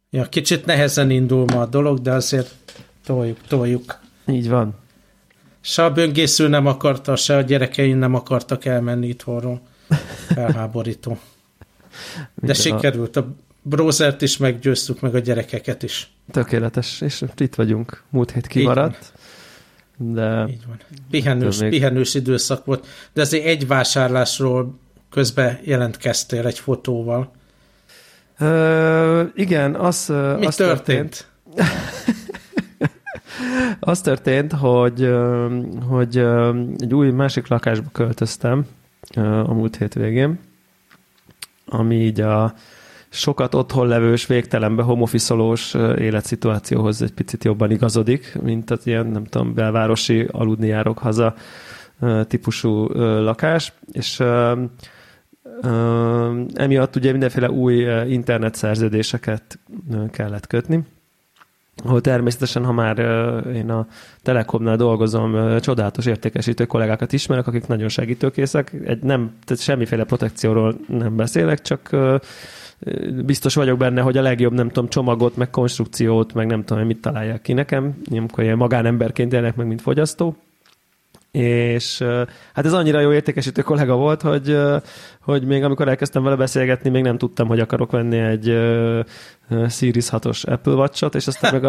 Ja, kicsit nehezen indul ma a dolog, de azért toljuk. Így van. Se a böngésző nem akarta, se a gyerekeim nem akartak elmenni itthonról. Felháborító. De sikerült. A browsert is meggyőztük, meg a gyerekeket is. Tökéletes, és itt vagyunk. Múlt hét kimaradt. De így van. Pihenős időszak volt. De azért egy vásárlásról közben jelentkeztél egy fotóval. Igen, Mi történt? Az történt, hogy egy új másik lakásba költöztem a múlt hétvégén, ami így a sokat otthon levős, végtelenbe home office-olós életszituációhoz egy picit jobban igazodik, mint az ilyen, nem tudom, belvárosi aludni járok haza típusú lakás, és emiatt ugye mindenféle új internetszerződéseket kellett kötni, ahol természetesen, ha már én a Telekomnál dolgozom, csodálatos értékesítő kollégákat ismerek, akik nagyon segítőkészek. Tehát semmiféle protekcióról nem beszélek, csak biztos vagyok benne, hogy a legjobb, nem tudom, csomagot, meg konstrukciót, meg nem tudom, mit találják ki nekem, amikor ilyen magánemberként élnek meg, mint fogyasztó. És hát ez annyira jó értékesítő kollega volt, hogy még amikor elkezdtem vele beszélgetni, még nem tudtam, hogy akarok venni egy Series 6-os Apple Watch-ot, és aztán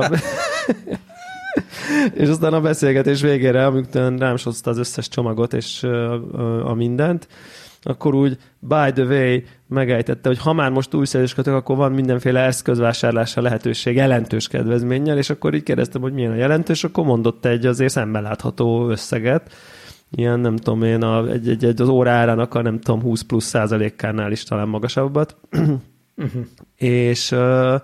és aztán a beszélgetés végére, amikor rám sozta az összes csomagot és a mindent, akkor úgy by the way megejtette, hogy ha már most új szerződést kötök, akkor van mindenféle eszközvásárlásra lehetőség jelentős kedvezménnyel, és akkor így kérdeztem, hogy milyen a jelentős, akkor mondott egy azért szemben látható összeget. Ilyen, nem tudom én, az óra árának a nem tudom 20 plusz százalékánál is talán magasabbat. És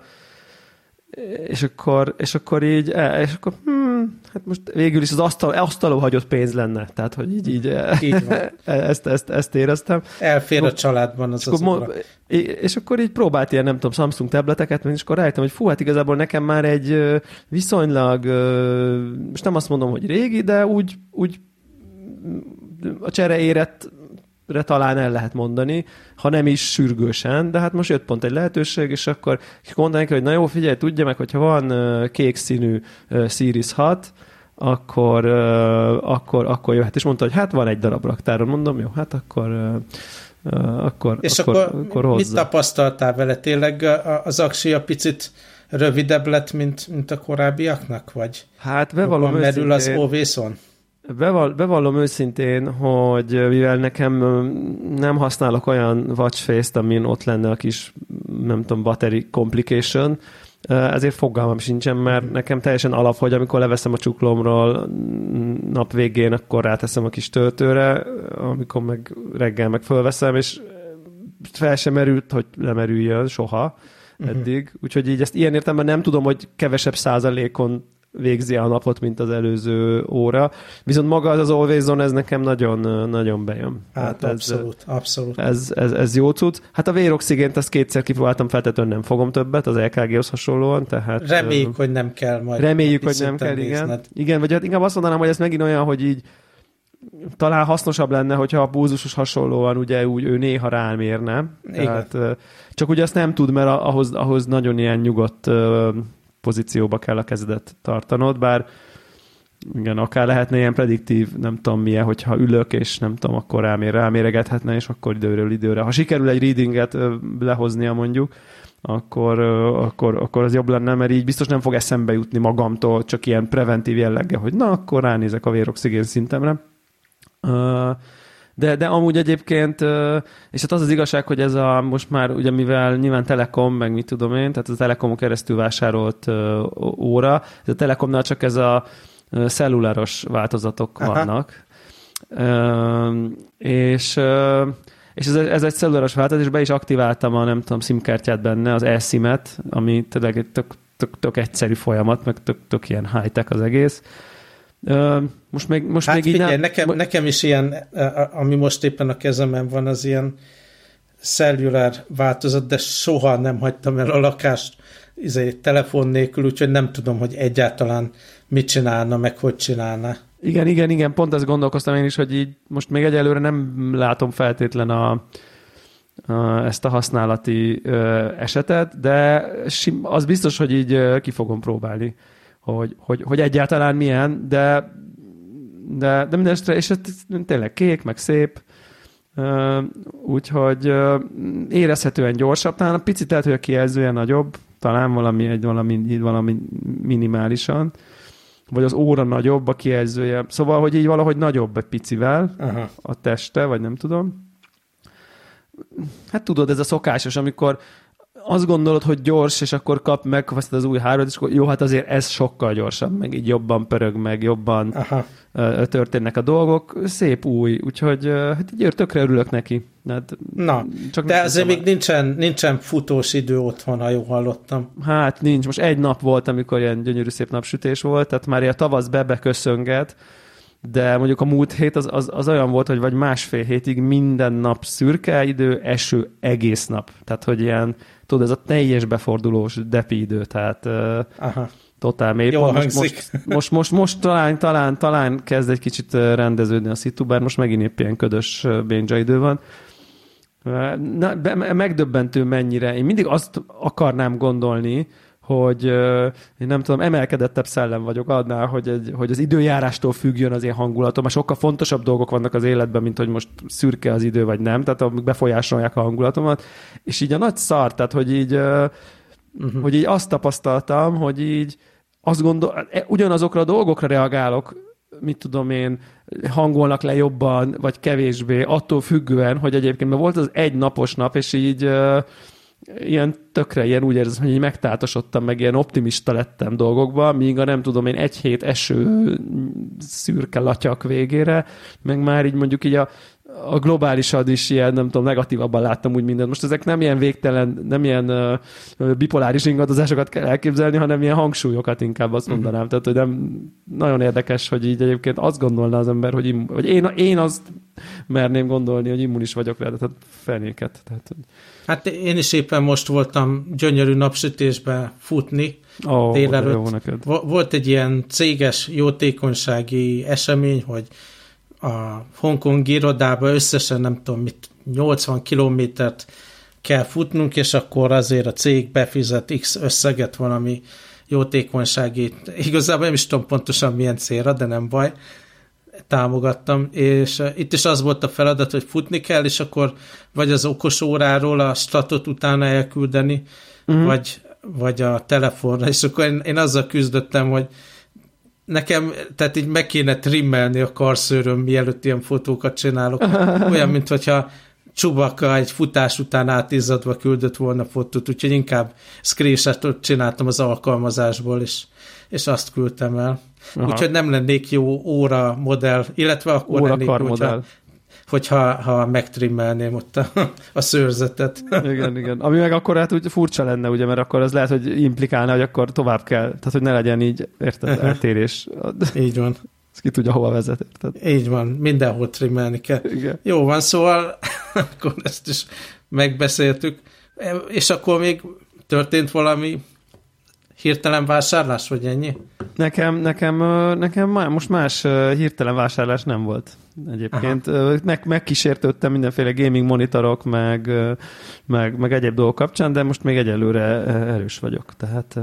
akkor így, hát most végül is az asztalon hagyott pénz lenne. Tehát, hogy így ezt éreztem. Elfér a családban az óra. És akkor így próbált ilyen, nem tudom, Samsung tableteket, és akkor rájöttem, hogy hát igazából nekem már egy viszonylag, most nem azt mondom, hogy régi, de úgy a csere érettre talán el lehet mondani, ha nem is sürgősen, de hát most jött pont egy lehetőség, és akkor mondanék, hogy na jó, figyelj, tudja meg, hogyha van kék színű Series 6, akkor jöhet. És mondta, hogy hát van egy darab raktáron, mondom, jó, hát akkor hozza. Mit tapasztaltál vele? Tényleg az aksia picit rövidebb lett, mint a korábbiaknak, vagy? Hát bevallom merül az Always-on? Bevallom őszintén, hogy mivel nekem nem használok olyan watch face-t, amin ott lenne a kis, nem tudom, battery complication, ezért fogalmam sincsen, mert nekem teljesen alap, hogy amikor leveszem a csuklómról nap végén, akkor ráteszem a kis töltőre, amikor meg reggel meg fölveszem, és fel sem merült, hogy lemerüljön soha eddig. Úgyhogy így ezt ilyen értelemben nem tudom, hogy kevesebb százalékon végzi a napot, mint az előző óra. Viszont maga az Always On, ez nekem nagyon, nagyon bejön. Hát abszolút. Ez jó cucc. Hát a véroxigént ezt kétszer kipróbáltam, feltétlenül nem fogom többet, az LKG-hoz hasonlóan, tehát... Reméljük, hogy nem kell majd. Reméljük, hogy nem kell, igen. Igen, vagy hát inkább azt mondanám, hogy ez megint olyan, hogy így talán hasznosabb lenne, hogyha a pulzusos hasonlóan ugye úgy ő néha rámérne. Tehát, csak ugye azt nem tud, mert ahhoz nagyon ilyen nyugodt pozícióba kell a kezedet tartanod, bár igen, akár lehetne ilyen prediktív, nem tudom milyen, hogyha ülök, és nem tudom, akkor ráméregethetne, és akkor időről időre. Ha sikerül egy readinget lehoznia mondjuk, akkor az jobb lenne, mert így biztos nem fog eszembe jutni magamtól, csak ilyen preventív jelleggel, hogy na, akkor ránézek a véroxigén szintemre. De amúgy egyébként, és hát az az igazság, hogy ez most már, ugye mivel nyilván Telekom, meg mit tudom én, tehát a Telekomon keresztül vásárolt óra, ez a Telekomnál csak ez a celluláros változatok vannak. És ez egy celluláros változat, és be is aktiváltam a, nem tudom, SIM-kártyát benne, az eSIM-et, ami tényleg tök egyszerű folyamat, meg tök ilyen high-tech az egész. Most még figyelj, így nekem is ilyen, ami most éppen a kezemben van, az ilyen cellulár változat, de soha nem hagytam el a lakást telefon nélkül, úgyhogy nem tudom, hogy egyáltalán mit csinálna, meg hogy csinálna. Igen, pont ezt gondolkoztam én is, hogy így most még egyelőre nem látom feltétlen ezt a használati esetet, de az biztos, hogy így ki fogom próbálni, hogy egyáltalán milyen, de mindenesetre, és tényleg kék, meg szép, úgyhogy érezhetően gyorsabb, talán picit lehet, hogy a kijelzője nagyobb, talán valami minimálisan, vagy az óra nagyobb a kijelzője. Szóval, hogy így valahogy nagyobb egy picivel a teste, vagy nem tudom. Hát tudod, ez a szokásos, amikor azt gondolod, hogy gyors, és akkor megveszed az új hármat, és akkor jó, hát azért ez sokkal gyorsabb, meg így jobban pörög, meg jobban történnek a dolgok. Szép új, úgyhogy hát így tökre örülök neki. Hát, na, csak de azért még nincsen futós idő otthon, ha jól hallottam. Hát nincs. Most egy nap volt, amikor ilyen gyönyörű szép napsütés volt, tehát már ilyen tavasz beköszönget, de mondjuk a múlt hét az olyan volt, hogy vagy másfél hétig minden nap szürke idő, eső egész nap. Tehát, hogy ilyen, tudod, ez a teljes befordulós depi idő, tehát totál mély. Most talán kezd egy kicsit rendeződni a szitu, bár most megint épp ilyen ködös béndzsa idő van. Megdöbbentő mennyire. Én mindig azt akarnám gondolni, hogy én nem tudom, emelkedettebb szellem vagyok annál, hogy az időjárástól függjön az én hangulatom, mert sokkal fontosabb dolgok vannak az életben, mint hogy most szürke az idő, vagy nem, tehát amik befolyásolják a hangulatomat, és így a nagy szar, tehát hogy így azt tapasztaltam, hogy így ugyanazokra a dolgokra reagálok, mit tudom én, hangolnak le jobban, vagy kevésbé, attól függően, hogy egyébként volt az egy napos nap, és így ilyen tökre, ilyen úgy érzem, hogy így megtátosodtam, meg ilyen optimista lettem dolgokba, míg a nem tudom én egy hét eső szürke latyak végére, meg már így mondjuk így a globálisan is ilyen, nem tudom, negatívabban láttam úgy mindent. Most ezek nem ilyen végtelen, nem ilyen bipoláris ingadozásokat kell elképzelni, hanem ilyen hangsúlyokat inkább azt mondanám. Tehát, hogy nem nagyon érdekes, hogy így egyébként azt gondolná az ember, vagy én azt merném gondolni, hogy immunis vagyok rá, tehát fenéket. Tehát, hát én is éppen most voltam gyönyörű napsütésben futni délelőtt. Volt egy ilyen céges jótékonysági esemény, hogy a hongkongi irodában összesen nem tudom mit, 80 kilométert kell futnunk, és akkor azért a cég befizet X összeget valami jótékonysági, igazából nem is tudom pontosan milyen célra, de nem baj, támogattam, és itt is az volt a feladat, hogy futni kell, és akkor vagy az okos óráról a statot utána elküldeni, vagy a telefonra, és akkor én azzal küzdöttem, hogy nekem, tehát így meg kéne trimmelni a karszőröm, mielőtt ilyen fotókat csinálok. Olyan, mint hogyha Chewbacca egy futás után átizzadva küldött volna fotót, úgyhogy inkább screenshotot csináltam az alkalmazásból, és azt küldtem el. Úgyhogy nem lennék jó óra modell, illetve akkor lennék jó, hogyha megtrimmelném ott a szőrzetet. Igen. Ami meg akkor hát úgy furcsa lenne, ugye, mert akkor az lehet, hogy implikálna, hogy akkor tovább kell, tehát hogy ne legyen így, érted, eltérés. Így van. Ez ki tudja, hova vezet, érted? Így van, mindenhol trimmelni kell. Igen. Jó van, szóval akkor ezt is megbeszéltük. És akkor még történt valami hirtelen vásárlás, vagy ennyi? Nekem most más hirtelen vásárlás nem volt egyébként. Megkísértődtem mindenféle gaming monitorok, meg egyéb dolgok kapcsán, de most még egyelőre erős vagyok. Tehát...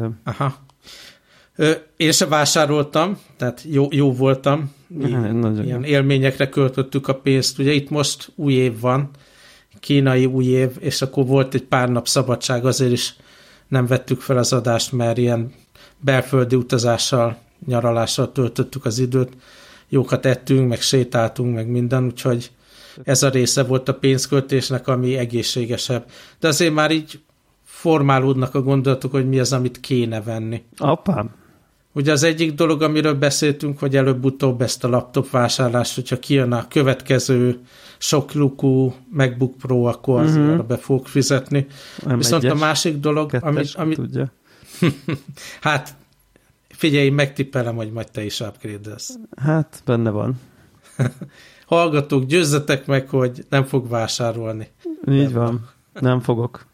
Én sem vásároltam, tehát jó voltam. Ilyen élményekre költöttük a pénzt. Ugye itt most új év van, kínai új év, és akkor volt egy pár nap szabadság, azért is nem vettük fel az adást, mert ilyen belföldi utazással, nyaralással töltöttük az időt. Jókat ettünk, meg sétáltunk, meg minden, úgyhogy ez a része volt a pénzköltésnek, ami egészségesebb. De azért már így formálódnak a gondolatok, hogy mi az, amit kéne venni. Apám. Ugye az egyik dolog, amiről beszéltünk, hogy előbb-utóbb ezt a laptop vásárlást, hogyha kijön a következő sok lukú MacBook Pro, akkor arra be fogok fizetni. Nem viszont egyes, a másik dolog, ami tudja. Hát figyelj, megtippelem, hogy majd te is upgrade-elsz. Hát benne van. Hallgatók, győzzetek meg, hogy nem fog vásárolni. Így van. Nem fogok.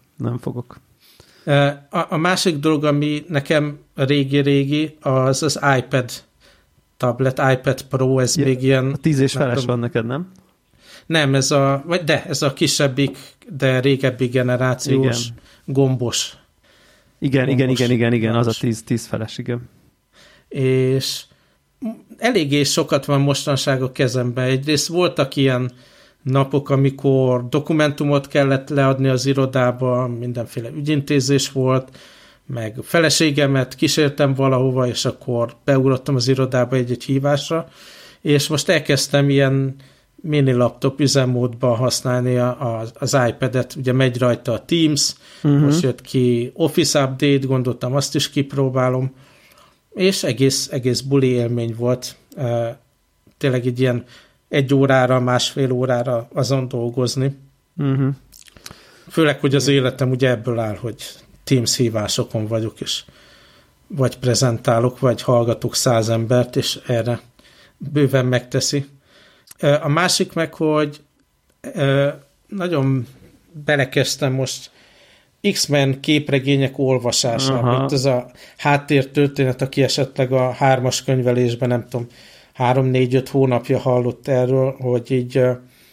A másik dolog, ami nekem régi, az iPad tablet, iPad Pro, ez még ilyen... A 10 és feles van neked, nem? Nem, ez a kisebbik, de régebbi generációs gombos. Igen, az a 10 feles, igen. És eléggé sokat van mostanság a kezemben. Egyrészt voltak ilyen napok, amikor dokumentumot kellett leadni az irodába, mindenféle ügyintézés volt, meg feleségemet kísértem valahova, és akkor beugrottam az irodába egy hívásra, és most elkezdtem ilyen mini laptop üzemmódban használni az iPad-et, ugye megy rajta a Teams, most jött ki Office Update, gondoltam azt is kipróbálom, és egész buli élmény volt. Tényleg egy ilyen 1 órára, másfél órára azon dolgozni. Főleg, hogy az életem ugye ebből áll, hogy Teams hívásokon vagyok, és vagy prezentálok, vagy hallgatok 100 embert, és erre bőven megteszi. A másik meg, hogy nagyon belekezdtem most X-Men képregények olvasásába. Itt ez a háttértörténet, aki esetleg a 3-as könyvelésben, nem tudom, 3-4-5 hónapja hallott erről, hogy így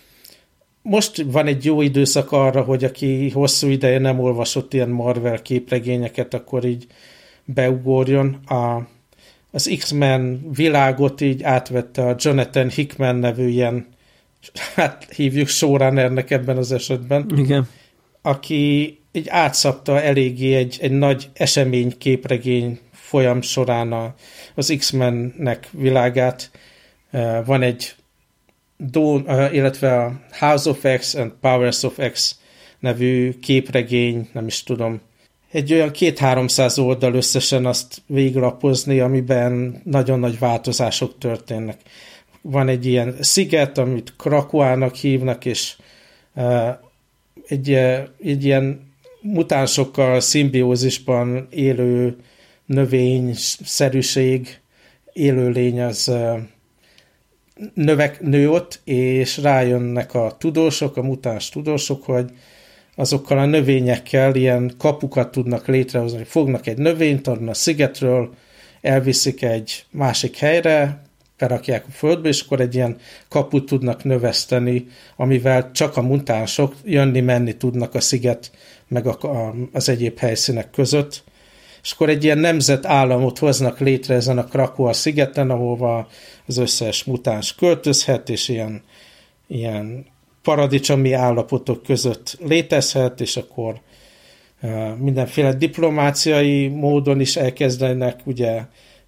most van egy jó időszak arra, hogy aki hosszú ideje nem olvasott ilyen Marvel képregényeket, akkor így beugorjon. Az X-Men világot így átvette a Jonathan Hickman nevű ilyen, hát hívjuk showrunnernek ebben az esetben. Igen. Aki így átszabta eléggé egy nagy esemény képregény folyam során az X-Mennek világát. Van egy illetve a House of X and Powers of X nevű képregény, nem is tudom, egy olyan 200-300 oldal összesen azt véglapozni, amiben nagyon nagy változások történnek. Van egy ilyen sziget, amit Krakoának hívnak, és egy ilyen mutánsokkal szimbiózisban élő növényszerűség, élőlény az nő ott, és rájönnek a tudósok, a mutáns tudósok, hogy azokkal a növényekkel ilyen kapukat tudnak létrehozni. Fognak egy növényt onnan a szigetről, elviszik egy másik helyre, berakják a földbe, és akkor egy ilyen kaput tudnak növeszteni, amivel csak a mutánsok jönni-menni tudnak a sziget meg az egyéb helyszínek között. És akkor egy ilyen nemzetállamot hoznak létre ezen a Krakoa szigeten, ahova az összes mutáns költözhet, és ilyen paradicsomi állapotok között létezhet, és akkor mindenféle diplomáciai módon is elkezdenek ugye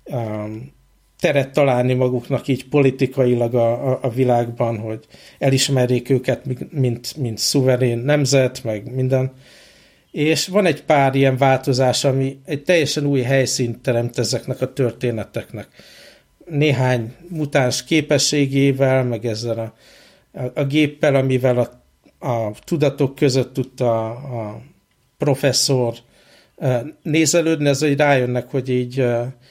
teret találni maguknak így politikailag a világban, hogy elismerjék őket, mint szuverén nemzet, meg minden. És van egy pár ilyen változás, ami egy teljesen új helyszínt teremt ezeknek a történeteknek. Néhány mutáns képességével, meg ezzel a géppel, amivel a tudatok között tudta a professzor nézelődni, ez, hogy rájönnek, hogy így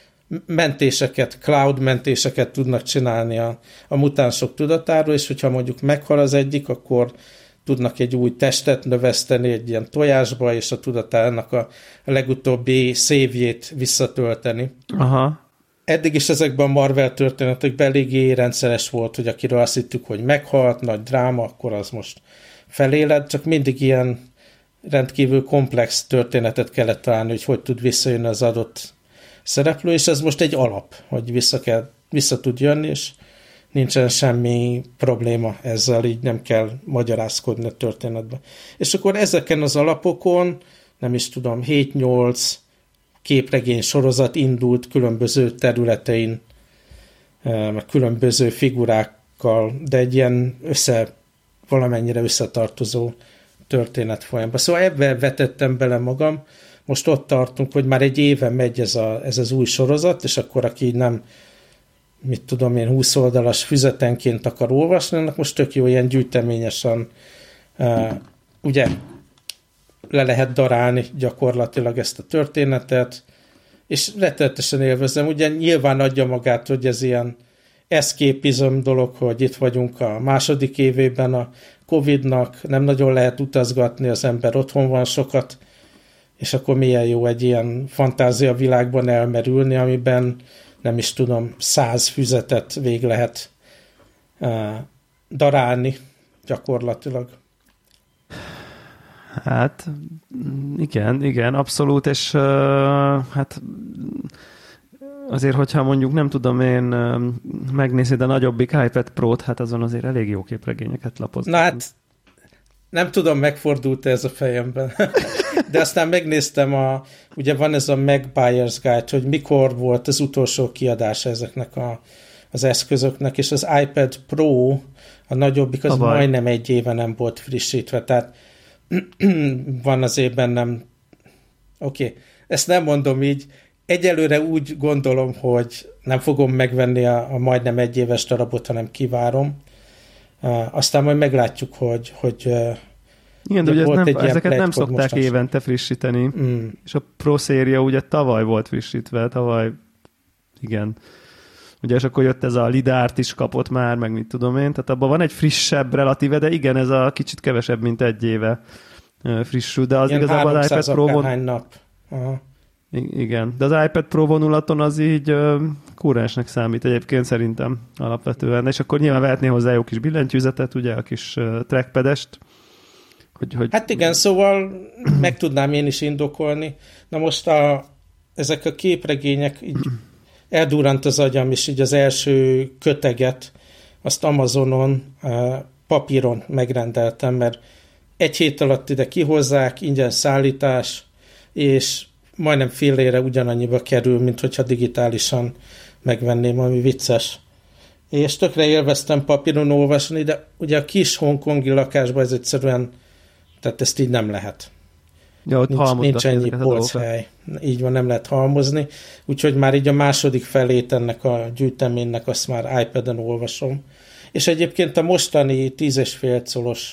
cloud mentéseket tudnak csinálni a mutánsok tudatáról, és hogyha mondjuk meghal az egyik, akkor tudnak egy új testet növeszteni egy ilyen tojásba, és a tudatának a legutóbbi szévjét visszatölteni. Aha. Eddig is ezekben a Marvel történetekben eléggé rendszeres volt, hogy akiről azt hittük, hogy meghalt, nagy dráma, akkor az most feléled, csak mindig ilyen rendkívül komplex történetet kellett találni, hogy tud visszajönni az adott szereplő, és ez most egy alap, hogy vissza tud jönni, és nincsen semmi probléma ezzel, így nem kell magyarázkodni a történetben. És akkor ezeken az alapokon, nem is tudom, 7-8 képregény sorozat indult különböző területein, meg különböző figurákkal, de egy ilyen valamennyire összetartozó történet folyamban. Szóval ebben vetettem bele magam. Most ott tartunk, hogy már egy éve megy ez az új sorozat, és akkor aki nem, mit tudom én, 20 oldalas füzetenként akar olvasni, annak most tök jó ilyen gyűjteményesen ugye le lehet darálni gyakorlatilag ezt a történetet, és rettenetesen élvezem. Ugye nyilván adja magát, hogy ez ilyen escapism dolog, hogy itt vagyunk a második évében a Covid-nak, nem nagyon lehet utazgatni, az ember otthon van sokat, és akkor milyen jó egy ilyen fantázia világban elmerülni, amiben nem is tudom, 100 füzetet végig lehet darálni, gyakorlatilag. Hát igen, abszolút, és hát azért, hogyha mondjuk nem tudom én megnézed a nagyobbik iPad Pro-t, hát azon azért elég jó képregényeket lapoznak. Na hát nem tudom, megfordult ez a fejemben. De aztán megnéztem, ugye van ez a Mac Buyer's Guide, hogy mikor volt az utolsó kiadása ezeknek az eszközöknek, és az iPad Pro, a nagyobbik, az majdnem 1 éve nem volt frissítve, tehát van azért bennem, oké, ezt nem mondom így, egyelőre úgy gondolom, hogy nem fogom megvenni a majdnem 1 éves darabot, hanem kivárom. Aztán majd meglátjuk, hogy igen, de ugye ezeket nem szokták évente frissíteni, és a Pro széria ugye tavaly volt frissítve, igen. Ugye, és akkor jött ez a lidárt is kapott már, meg mit tudom én, tehát abban van egy frissebb relatíve, de igen, ez a kicsit kevesebb, mint 1 éve frissül, de az igazából az iPad Pro nap. Igen, de az iPad Pro vonulaton az így kúrensnek számít egyébként szerintem alapvetően, és akkor nyilván vehetné hozzá jó kis billentyűzetet, ugye, a kis trackpadest. Hát igen, szóval meg tudnám én is indokolni. Na most ezek a képregények, így eldurrant az agyam, és így az első köteget, azt Amazonon, papíron megrendeltem, mert 1 hét alatt ide kihozzák, ingyen szállítás, és majdnem félére ugyanannyiba kerül, mint hogyha digitálisan megvenném, ami vicces. És tökre élveztem papíron olvasni, de ugye a kis hongkongi lakásban ez egyszerűen, tehát ezt így nem lehet. Ja, nincs ennyi polchely. Így van, nem lehet halmozni. Úgyhogy már így a második felét ennek a gyűjteménynek azt már iPad-en olvasom. És egyébként a mostani 10,5 colos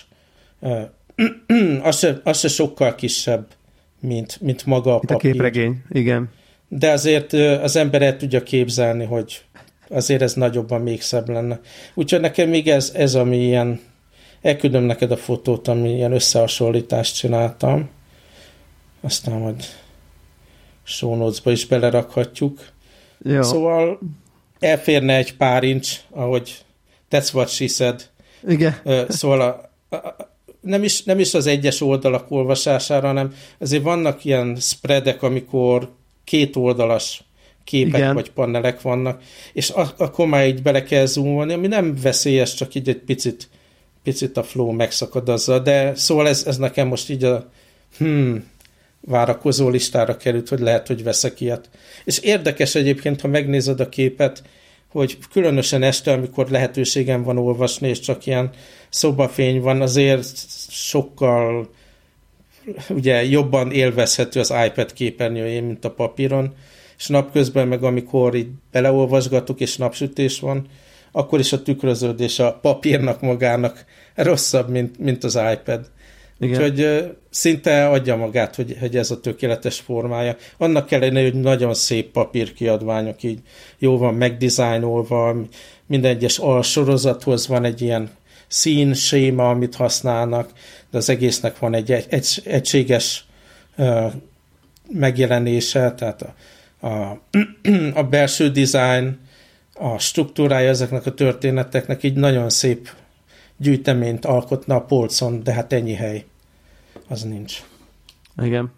az se sokkal kisebb, mint maga a papír. A képregény, igen. De azért az ember el tudja képzelni, hogy azért ez nagyobban még szebb lenne. Úgyhogy nekem még ez ami ilyen, elküldöm neked a fotót, ami ilyen összehasonlítást csináltam. Aztán majd show notes-ba is belerakhatjuk. Jó. Szóval elférne egy pár incs, ahogy that's what she said. Igen. Szóval nem is az egyes oldalak olvasására, hanem azért vannak ilyen spreadek, amikor 2 oldalas képek igen. vagy panelek vannak, és akkor már így bele kell zoomolni, ami nem veszélyes, csak így egy picit a flow megszakad azzal, de szóval ez nekem most így a várakozó listára került, hogy lehet, hogy veszek ilyet. És érdekes egyébként, ha megnézed a képet, hogy különösen este, amikor lehetőségem van olvasni, és csak ilyen szobafény van, azért sokkal ugye jobban élvezhető az iPad képernyőjén, mint a papíron, és napközben meg amikor így beleolvasgatok, és napsütés van, akkor is a tükröződés a papírnak magának rosszabb, mint az iPad. Igen. Úgyhogy szinte adja magát, hogy ez a tökéletes formája. Annak ellenére, hogy nagyon szép papírkiadványok, így jó van megdizájnolva, minden egyes alsorozathoz van egy ilyen színséma, amit használnak, de az egésznek van egy egységes megjelenése, tehát a belső dizájn, a struktúrája ezeknek a történeteknek így nagyon szép gyűjteményt alkotna a polcon, de hát ennyi hely az nincs. Igen.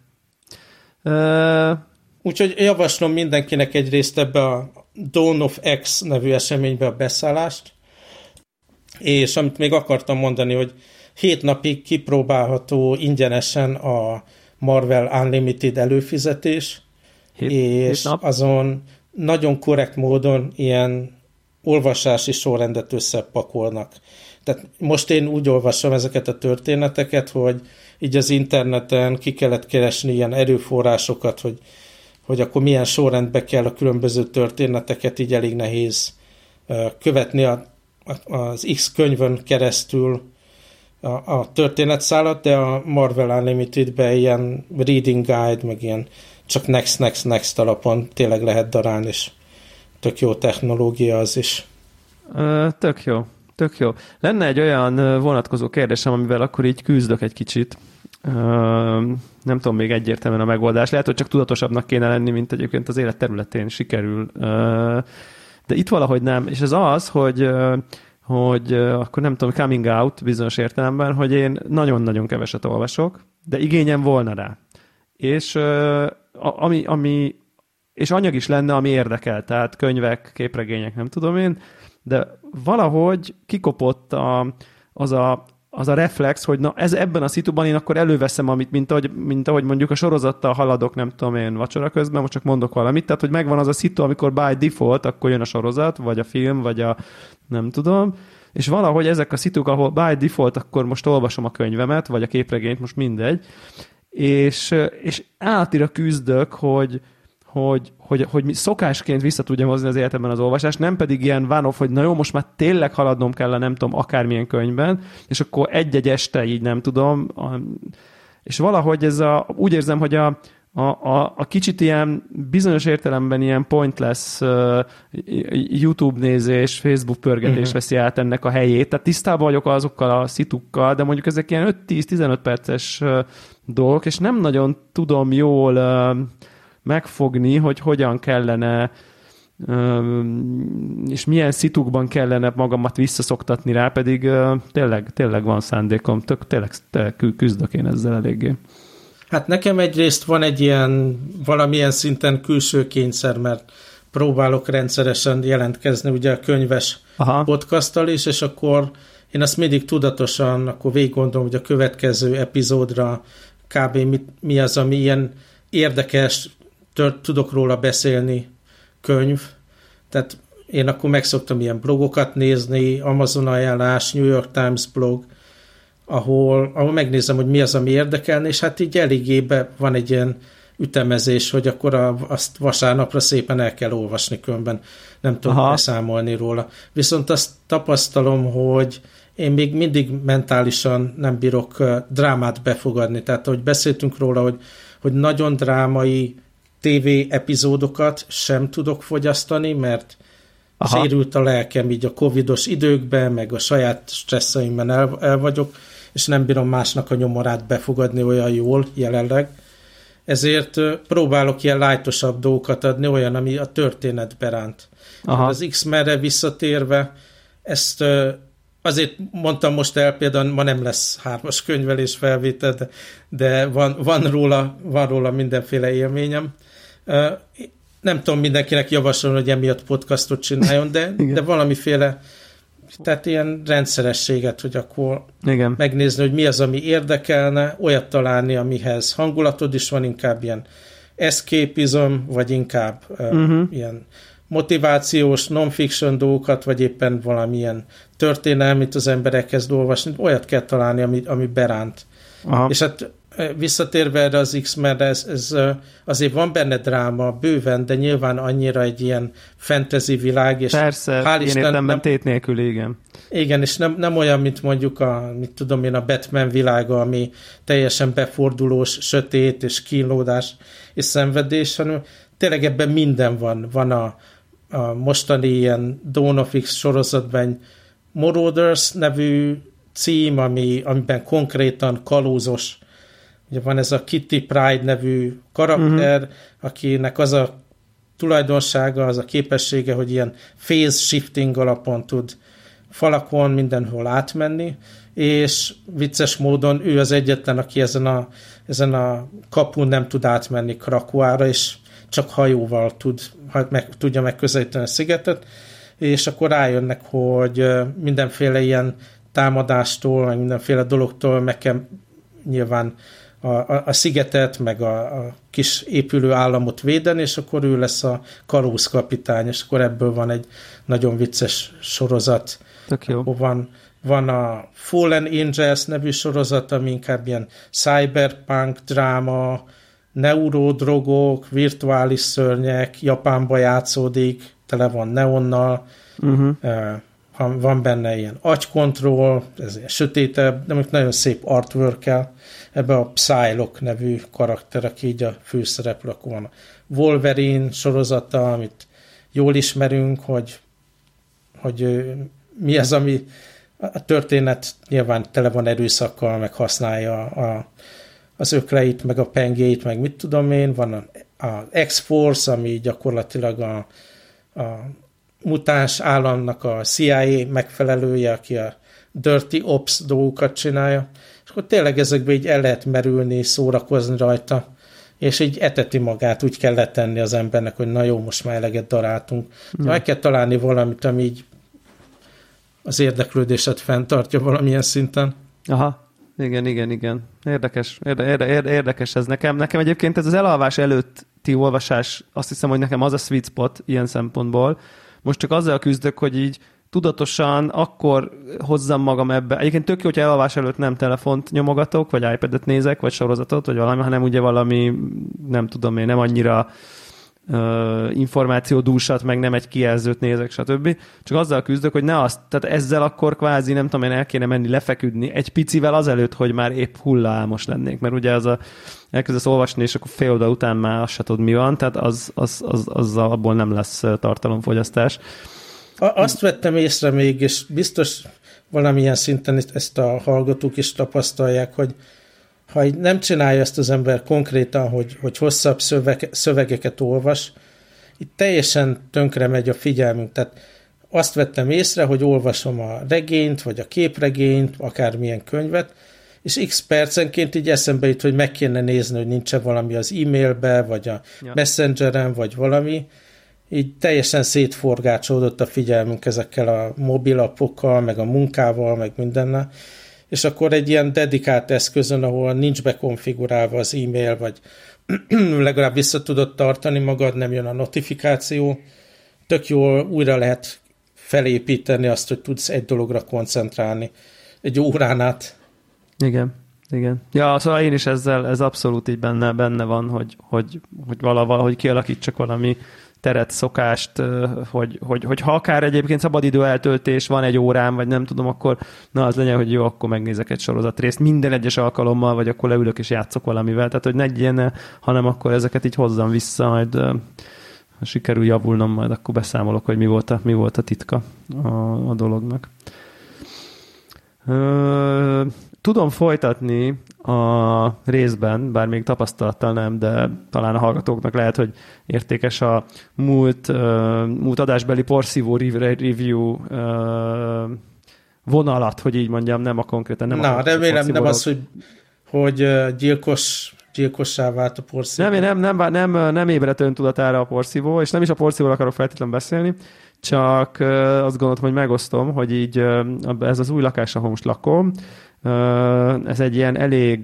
Úgyhogy javaslom mindenkinek egyrészt ebbe a Dawn of X nevű eseménybe a beszállást, és amit még akartam mondani, hogy 7 napig kipróbálható ingyenesen a Marvel Unlimited előfizetés, és azon nagyon korrekt módon ilyen olvasási sorrendet összepakolnak. Tehát most én úgy olvasom ezeket a történeteket, hogy így az interneten ki kellett keresni ilyen erőforrásokat, hogy akkor milyen sorrendbe kell a különböző történeteket, így elég nehéz követni az X könyvön keresztül a történetszálat, de a Marvel Unlimited-ben ilyen reading guide, meg ilyen csak next alapon tényleg lehet darálni, és tök jó technológia az is. Tök jó. Lenne egy olyan vonatkozó kérdésem, amivel akkor így küzdök egy kicsit. Nem tudom még egyértelműen a megoldás. Lehet, hogy csak tudatosabbnak kéne lenni, mint egyébként az élet területén sikerül. De itt valahogy nem. És ez az, hogy hogy akkor nem tudom, coming out bizonyos értelemben, hogy én nagyon-nagyon keveset olvasok, de igényem volna rá. És és anyag is lenne, ami érdekel, tehát könyvek, képregények, nem tudom én, de valahogy kikopott az a reflex, hogy na ebben a szituban én akkor előveszem, amit, mint ahogy mondjuk a sorozattal haladok, nem tudom én, vacsora közben, most csak mondok valamit, tehát hogy megvan az a szitu, amikor by default, akkor jön a sorozat, vagy a film, vagy a nem tudom, és valahogy ezek a szituk, ahol by default, akkor most olvasom a könyvemet, vagy a képregényt, most mindegy, és átira küzdök, hogy szokásként vissza tudjam hozni az életemben az olvasást, nem pedig ilyen van-off, hogy na jó, most már tényleg haladnom kell, nem tudom, akármilyen könyvben, és akkor egy-egy este így nem tudom, és valahogy úgy érzem, hogy a kicsit ilyen bizonyos értelemben ilyen pointless YouTube nézés, Facebook pörgetés veszi át ennek a helyét, tehát tisztában vagyok azokkal a szitukkal, de mondjuk ezek ilyen 5-10-15 perces dolgok, és nem nagyon tudom jól megfogni, hogy hogyan kellene és milyen szitukban kellene magamat visszaszoktatni rá, pedig tényleg van szándékom, tényleg küzdök én ezzel eléggé. Hát nekem egyrészt van egy ilyen valamilyen szinten külső kényszer, mert próbálok rendszeresen jelentkezni ugye a könyves podcasttal is, és akkor én azt mindig tudatosan akkor végig gondolom, hogy a következő epizódra kb. Mi az, ami ilyen érdekes, tudok róla beszélni könyv. Tehát én akkor megszoktam ilyen blogokat nézni, Amazon ajánlás, New York Times blog, ahol megnézem, hogy mi az, ami érdekelne, és hát így eléggé van egy ilyen ütemezés, hogy akkor azt vasárnapra szépen el kell olvasni, különben nem tudom beszámolni róla. Viszont azt tapasztalom, hogy én még mindig mentálisan nem bírok drámát befogadni. Tehát, ahogy beszéltünk róla, hogy nagyon drámai TV epizódokat sem tudok fogyasztani, mert sérült a lelkem így a covidos időkben, meg a saját stresszeimben el vagyok, és nem bírom másnak a nyomorát befogadni olyan jól jelenleg. Ezért próbálok ilyen lightosabb dolgokat adni, olyan, ami a történetbe ránt. Az X-Menre visszatérve, ezt azért mondtam most el, például ma nem lesz 3-as könyvelés felvétel, de van róla mindenféle élményem. Nem tudom mindenkinek javasolni, hogy emiatt podcastot csináljon, de valamiféle, tehát ilyen rendszerességet, hogy akkor megnézni, hogy mi az, ami érdekelne, olyat találni, amihez hangulatod is van, inkább ilyen escapism, vagy inkább ilyen motivációs, non-fiction dolgokat, vagy éppen valamilyen történelmit az ember kezd olvasni, olyat kell találni, ami beránt. És hát visszatérve erre az X-Menre, ez azért van benne dráma, bőven, de nyilván annyira egy ilyen fantasy világ, és persze, hál' Isten, értelemben tét nélkül, igen. Igen, és nem olyan, mint mondjuk a Batman világa, ami teljesen befordulós, sötét, és kínlódás, és szenvedés, hanem tényleg ebben minden van. Van a mostani ilyen Dawn of X sorozatban Marauders nevű cím, amiben konkrétan kalózos. Ugye van ez a Kitty Pryde nevű karakter, akinek az a tulajdonsága, az a képessége, hogy ilyen phase shifting alapon tud falakon mindenhol átmenni, és vicces módon ő az egyetlen, aki ezen a kapun nem tud átmenni Krakóára, és csak hajóval tudja megközelíteni a szigetet, és akkor rájönnek, hogy mindenféle ilyen támadástól, mindenféle dologtól meg kell nyilván a szigetet, meg a kis épülő államot védeni, és akkor ő lesz a kalózkapitány, és akkor ebből van egy nagyon vicces sorozat. Van a Fallen Angels nevű sorozat, ami inkább ilyen cyberpunk dráma, neurodrogok, virtuális szörnyek, Japánba játszódik, tele van neonnal, van benne ilyen agykontroll, ez ilyen sötétebb, de még nagyon szép artwork-el. Ebbe a Psylocke nevű karakter, aki így a főszereplő, akkor van a Wolverine sorozata, amit jól ismerünk, hogy mi az, ami a történet nyilván tele van erőszakkal, meg használja az ökleit, meg a pengéit, meg mit tudom én, van a X-Force, ami gyakorlatilag mutáns államnak a CIA megfelelője, aki a Dirty Ops dolgokat csinálja, és akkor tényleg ezekben így el lehet merülni, szórakozni rajta, és így eteti magát, úgy kell letenni az embernek, hogy na jó, most már eleget daráltunk. Meg kell találni valamit, ami így az érdeklődéset fenntartja valamilyen szinten. Aha, igen. Érdekes ez nekem. Nekem egyébként ez az elalvás előtti olvasás, azt hiszem, hogy nekem az a sweet spot ilyen szempontból. Most csak azzal küzdök, hogy így tudatosan akkor hozzam magam ebbe. Egyébként tök jó, hogyha elalvás előtt nem telefont nyomogatok, vagy iPad-et nézek, vagy sorozatot, vagy valami, hanem ugye valami, nem tudom én, nem annyira információdúsat, meg nem egy kijelzőt nézek, stb. Csak azzal küzdök, hogy ne azt, tehát ezzel akkor kvázi, nem tudom én, el kéne menni lefeküdni egy picivel azelőtt, hogy már épp hullaálmos lennék, mert ugye elkezdesz olvasni, és akkor fél oda után már azt se tudod, mi van, tehát az abból nem lesz tartalomfogyasztás. Azt vettem észre még, és biztos valamilyen szinten ezt a hallgatók is tapasztalják, hogy ha nem csinálja ezt az ember konkrétan, hogy hosszabb szövegeket olvas, itt teljesen tönkre megy a figyelmünk. Tehát azt vettem észre, hogy olvasom a regényt, vagy a képregényt, akármilyen könyvet, és x percenként így eszembe jut, hogy meg kéne nézni, hogy nincs-e valami az e-mailbe, vagy a Messengeren, vagy valami. Így teljesen szétforgácsolódott a figyelmünk ezekkel a mobilapokkal, meg a munkával, meg mindennel. És akkor egy ilyen dedikált eszközön, ahol nincs bekonfigurálva az e-mail, vagy legalább vissza tudod tartani magad, nem jön a notifikáció, tök jól újra lehet felépíteni azt, hogy tudsz egy dologra koncentrálni egy órán át. Igen. Ja, szóval én is ez abszolút így benne van, hogy valahogy kialakítsak valami teret, szokást, hogy ha akár egyébként szabadidő eltöltés van egy órám, vagy nem tudom, akkor na az legyen, hogy jó, akkor megnézek egy sorozatrészt minden egyes alkalommal, vagy akkor leülök és játszok valamivel, tehát hogy ne legyen, hanem akkor ezeket így hozzam vissza, majd ha sikerül javulnom, majd akkor beszámolok, hogy mi volt a titka a dolognak. Tudom folytatni a részben, bár még tapasztalattal nem, de talán a hallgatóknak lehet, hogy értékes a múlt adásbeli porszívó review vonalat, hogy így mondjam, nem a konkrétan. Nem remélem nem az, hogy gyilkossá vált a porszívó. Nem ébredt öntudatára a porszívó, és nem is a porszívóról akarok feltétlenül beszélni, csak azt gondoltam, hogy megosztom, hogy így ez az új lakás, ahol most lakom, ez egy ilyen elég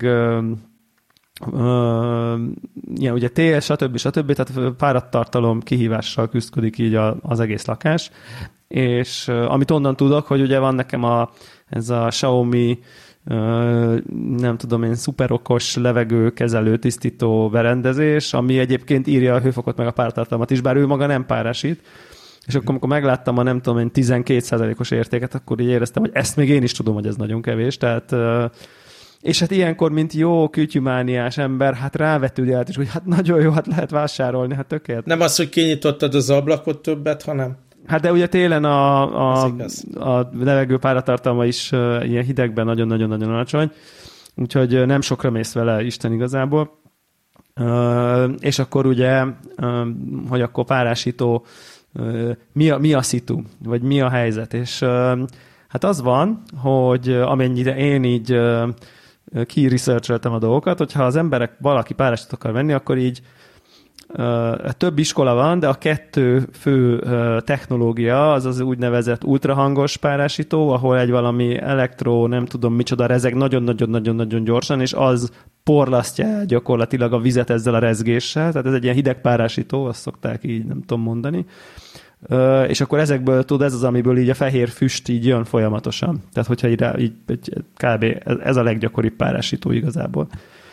ilyen ugye tél, stb. Tehát párattartalom kihívással küzdik így az egész lakás, és amit onnan tudok, hogy ugye van nekem ez a Xiaomi nem tudom én, szuperokos levegőkezelő tisztító berendezés, ami egyébként írja a hőfokot meg a páratartalmat is, bár ő maga nem párásít. És akkor, amikor megláttam a nem tudom én 12%-os értéket, akkor így éreztem, hogy ezt még én is tudom, hogy ez nagyon kevés. Tehát, és hát ilyenkor, mint jó kütyümániás ember, hát rávetődi át is, hogy hát nagyon jó, hát lehet vásárolni, hát tökéletes. Nem az, hogy kinyitottad az ablakot többet, hanem... Hát de ugye télen a levegő páratartalma is ilyen hidegben nagyon-nagyon-nagyon alacsony, úgyhogy nem sokra mész vele Isten igazából. És akkor ugye, hogy akkor párásító mi a szitu, vagy mi a helyzet, és hát az van, hogy amennyire én így ki-researcheltem a dolgokat, hogyha az emberek valaki párásítót akar venni, akkor így több iskola van, de a kettő fő technológia az az úgynevezett ultrahangos párásító, ahol egy valami nem tudom micsoda rezeg nagyon-nagyon-nagyon gyorsan, és az porlasztja gyakorlatilag a vizet ezzel a rezgéssel, tehát ez egy ilyen hideg párásító, azt szokták így nem tudom mondani. És akkor ezekből ez az, amiből így a fehér füst így jön folyamatosan. Tehát hogyha így kb. Ez a leggyakoribb párásító igazából.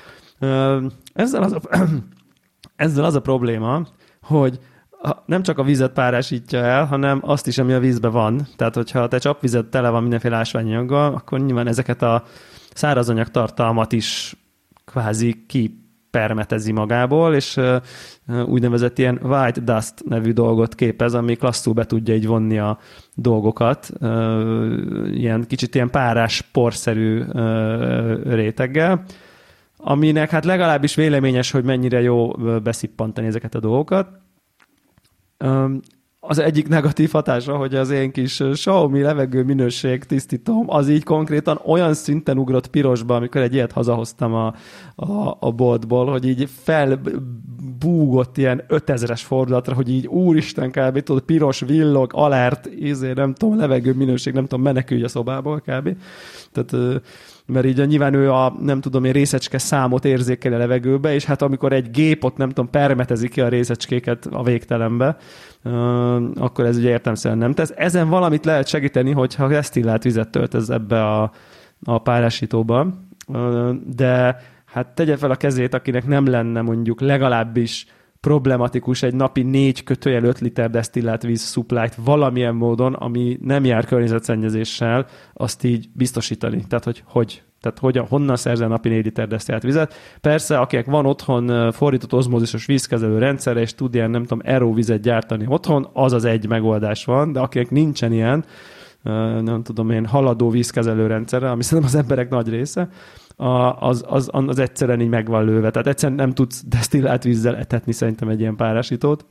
Ezzel az a probléma, hogy nem csak a vizet párásítja el, hanem azt is, ami a vízben van. Tehát, hogyha a te csapvized tele van mindenféle ásványanyaggal, akkor nyilván ezeket a szárazanyag tartalmat is kvázi kipermetezi magából, és úgynevezett ilyen white dust nevű dolgot képez, ami klasszul be tudja így vonni a dolgokat, ilyen kicsit ilyen párás, porszerű réteggel, aminek hát legalábbis véleményes, hogy mennyire jó beszippantani ezeket a dolgokat. az egyik negatív hatása, hogy az én kis Xiaomi levegő minőség tisztítóm, az így konkrétan olyan szinten ugrott pirosba, amikor egy ilyet hazahoztam a boltból, hogy így felbúgott ilyen 5000-es fordulatra, hogy így úristen kb. Tudod, piros, villog, alert, nem tudom, levegő minőség, nem tudom, menekülj a szobából kb. Tehát mert így nyilván ő nem tudom én, részecske számot érzékel a levegőbe, és hát amikor egy gép ott nem tudom, permetezi ki a részecskéket a végtelenbe, akkor ez ugye értelemszerűen nem tesz. Ezen valamit lehet segíteni, hogyha desztillált vizet töltesz ebbe a párásítóba, de hát tegye fel a kezét, akinek nem lenne mondjuk legalábbis problematikus egy napi 4-5 liter desztillált víz supplyt valamilyen módon, ami nem jár környezetszennyezéssel, azt így biztosítani. Tehát, honnan szerzel napi 4 liter desztillált vizet. Persze, akinek van otthon fordított ozmózisos vízkezelő rendszere, és tud ilyen, nem tudom, aeróvizet gyártani otthon, az egy megoldás van, de akinek nincsen ilyen, nem tudom én, haladó vízkezelő rendszere, ami szerintem az emberek nagy része, az egyszerűen így meg van lőve. Tehát egyszerűen nem tudsz desztillált vízzel etetni szerintem egy ilyen párásítót.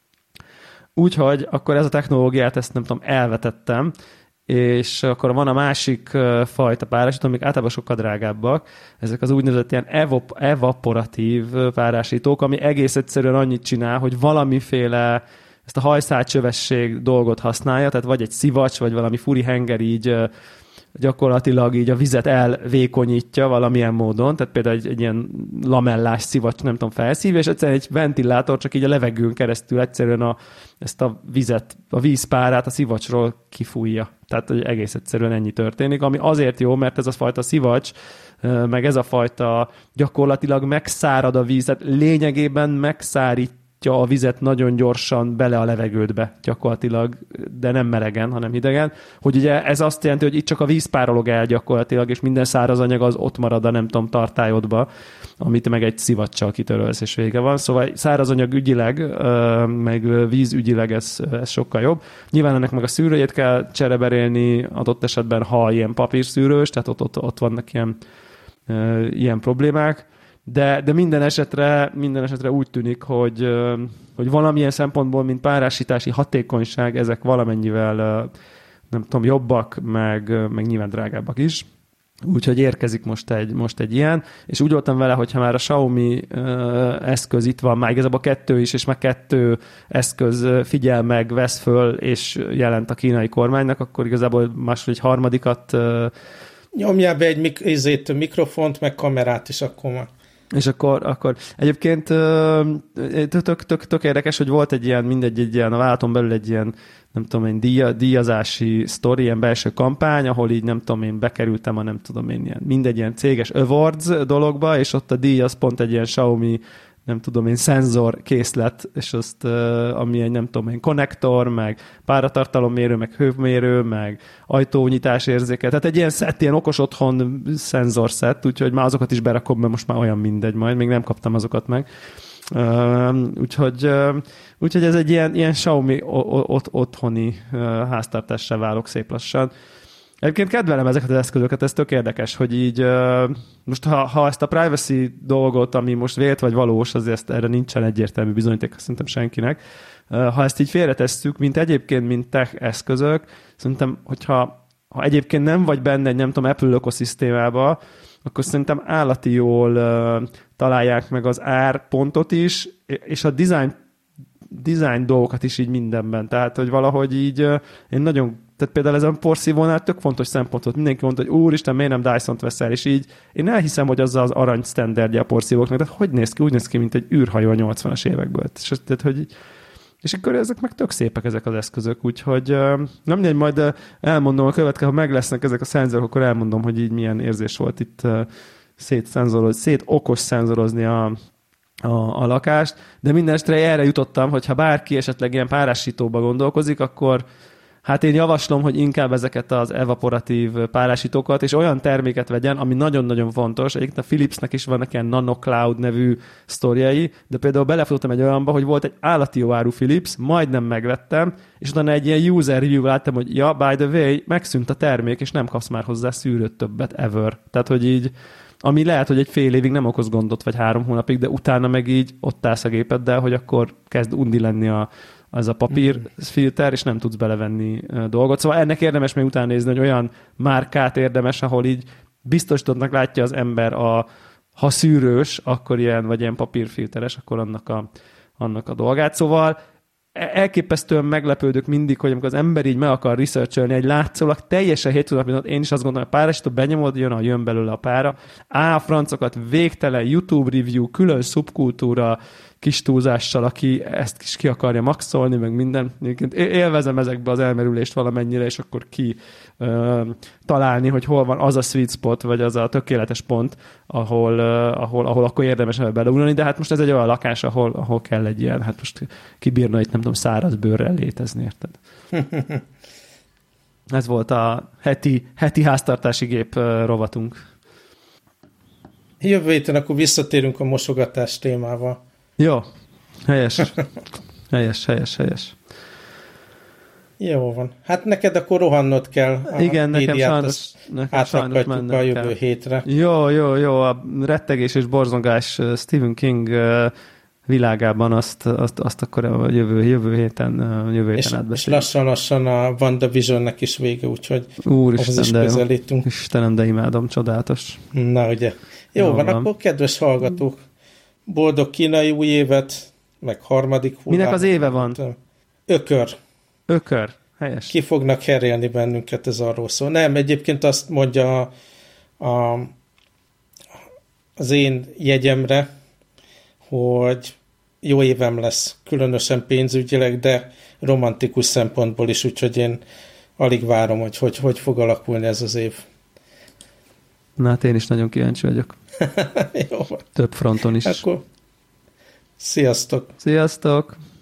Úgyhogy akkor ez a technológiát, ezt nem tudom, elvetettem, és akkor van a másik fajta párásító, amik általában sokkal drágábbak. Ezek az úgynevezett ilyen evaporatív párásítók, ami egész egyszerűen annyit csinál, hogy valamiféle ezt a hajszálcsövesség dolgot használja, tehát vagy egy szivacs, vagy valami furi henger így gyakorlatilag így a vizet elvékonyítja valamilyen módon, tehát például egy ilyen lamellás szivacs, nem tudom, felszívja, és egyszerűen egy ventilátor csak így a levegőn keresztül egyszerűen ezt a vizet, a vízpárát a szivacsról kifújja. Tehát egész egyszerűen ennyi történik, ami azért jó, mert ez a fajta szivacs, meg ez a fajta gyakorlatilag megszárad a víz, tehát lényegében megszárítja a vizet nagyon gyorsan bele a levegődbe gyakorlatilag, de nem melegen, hanem hidegen, hogy ugye ez azt jelenti, hogy itt csak a víz párolog el gyakorlatilag, és minden száraz anyag az ott marad a nem tudom tartályodba, amit meg egy szivacsal kitörölsz, és vége van. Szóval száraz anyag ügyileg, meg víz ügyileg ez sokkal jobb. Nyilván ennek meg a szűrőjét kell csereberélni adott esetben, ha ilyen papírszűrős, tehát ott vannak ilyen problémák. De minden esetre úgy tűnik, hogy valamilyen szempontból, mint párásítási hatékonyság, ezek valamennyivel, nem tudom, jobbak, meg nyilván drágábbak is. Úgyhogy érkezik most egy ilyen, és úgy voltam vele, hogyha már a Xiaomi eszköz itt van, már igazából 2 is, és már 2 eszköz figyel meg, vesz föl, és jelent a kínai kormánynak, akkor igazából máshogy egy harmadikat nyomjál be egy mikrofont, meg kamerát is, akkor már. És akkor egyébként tök érdekes, hogy volt egy ilyen a vállalaton belül egy ilyen, nem tudom én, díjazási sztori, ilyen belső kampány, ahol így nem tudom én, bekerültem a nem tudom én, mindegy ilyen céges awards dologba, és ott a díj az pont egy ilyen Xiaomi, nem tudom én, szenzor készlet, és azt, ami egy nem tudom én, konnektor, meg páratartalommérő, meg hőmérő, meg ajtónyitás érzékel. Tehát egy ilyen szett, ilyen okos otthon szenzor szett, úgyhogy már azokat is berakom, mert most már olyan mindegy majd, még nem kaptam azokat meg. Úgyhogy ez egy ilyen Xiaomi otthoni háztartássá válok szép lassan. Egyébként kedvelem ezeket az eszközöket, ez tök érdekes, hogy így most ha ezt a privacy dolgot, ami most vélt vagy valós, azért erre nincsen egyértelmű bizonyíték szerintem senkinek, ha ezt így félretesszük, mint egyébként, mint tech eszközök, szerintem, hogyha egyébként nem vagy benne egy, nem tudom, Apple ökoszisztémába, akkor szerintem állati jól találják meg az árpontot is, és a design dolgokat is így mindenben. Tehát, hogy valahogy így én nagyon, tehát például ez a porszívónál tök fontos szempont volt. Mindenki mondta, hogy úristen, miért nem Dyson-t veszel, és így én elhiszem, hogy az arany sztenderdje a porszívóknak, tehát hogy néz ki? Úgy néz ki, mint egy űrhajó a 80-as évekből. És akkor ezek meg tök szépek ezek az eszközök, úgyhogy nem mindegy, majd elmondom a következő, ha meg lesznek ezek a szenzorok, akkor elmondom, hogy így milyen érzés volt itt okos szenzorozni a lakást, de minden esetre erre jutottam, hogy ha bárki esetleg ilyen párásítóba gondolkozik, akkor hát én javaslom, hogy inkább ezeket az evaporatív párásítókat, és olyan terméket vegyen, ami nagyon-nagyon fontos. Egyébként a Philipsnek is vannak ilyen NanoCloud nevű sztoriai, de például belefutottam egy olyanba, hogy volt egy állati jó áru Philips, majdnem megvettem, és utána egy ilyen user review láttam, hogy ja, by the way, megszűnt a termék, és nem kapsz már hozzá szűrőt többet ever. Tehát, hogy így ami lehet, hogy egy fél évig nem okoz gondot, vagy 3 hónapig, de utána meg így ott állsz a gépeddel, hogy akkor kezd undi lenni a az a papírfilter, és nem tudsz belevenni dolgot. Szóval ennek érdemes még utána nézni, hogy olyan márkát érdemes, ahol így biztosítottnak látja az ember, ha szűrős, akkor ilyen, vagy ilyen papírfilteres, akkor annak a dolgát. Szóval elképesztően meglepődök mindig, hogy amikor az ember így meg akar researcholni egy látszólag teljesen hétköznapi, én is azt gondolom, hogy párásító benyomod, jön belőle a pára. A francokat végtelen YouTube review, külön szubkultúra, kis túlzással, aki ezt is ki akarja maxolni, meg minden. Élvezem ezekbe az elmerülést valamennyire, és akkor találni, hogy hol van az a sweet spot, vagy az a tökéletes pont, ahol akkor érdemes beleugrani, de hát most ez egy olyan lakás, ahol kell egy ilyen, hát most kibírna itt, nem tudom, száraz bőrrel létezni, érted? Ez volt a heti háztartási gép rovatunk. Jövő héten akkor visszatérünk a mosogatás témával. Jó, helyes. Helyes. Jó van. Hát neked akkor rohannod kell. Igen, nekem sajnos a jövő hétre. Jó. A rettegés és borzongás Stephen King világában azt akkor a jövő héten átbeszéljük. És lassan a WandaVisionnek is vége, úgyhogy Úristen, is közelítünk. Istenem, de imádom, csodálatos. Na ugye. Jó van, akkor kedves hallgatók, boldog kínai új évet, meg harmadik hullám. Minek az éve van? Ökör. Helyes. Ki fognak herélni bennünket, ez arról szól. Nem, egyébként azt mondja az én jegyemre, hogy jó évem lesz, különösen pénzügyileg, de romantikus szempontból is, úgyhogy én alig várom, hogy fog alakulni ez az év. Na hát én is nagyon kíváncsi vagyok. Jó. Több fronton is. Akkor sziasztok! Sziasztok!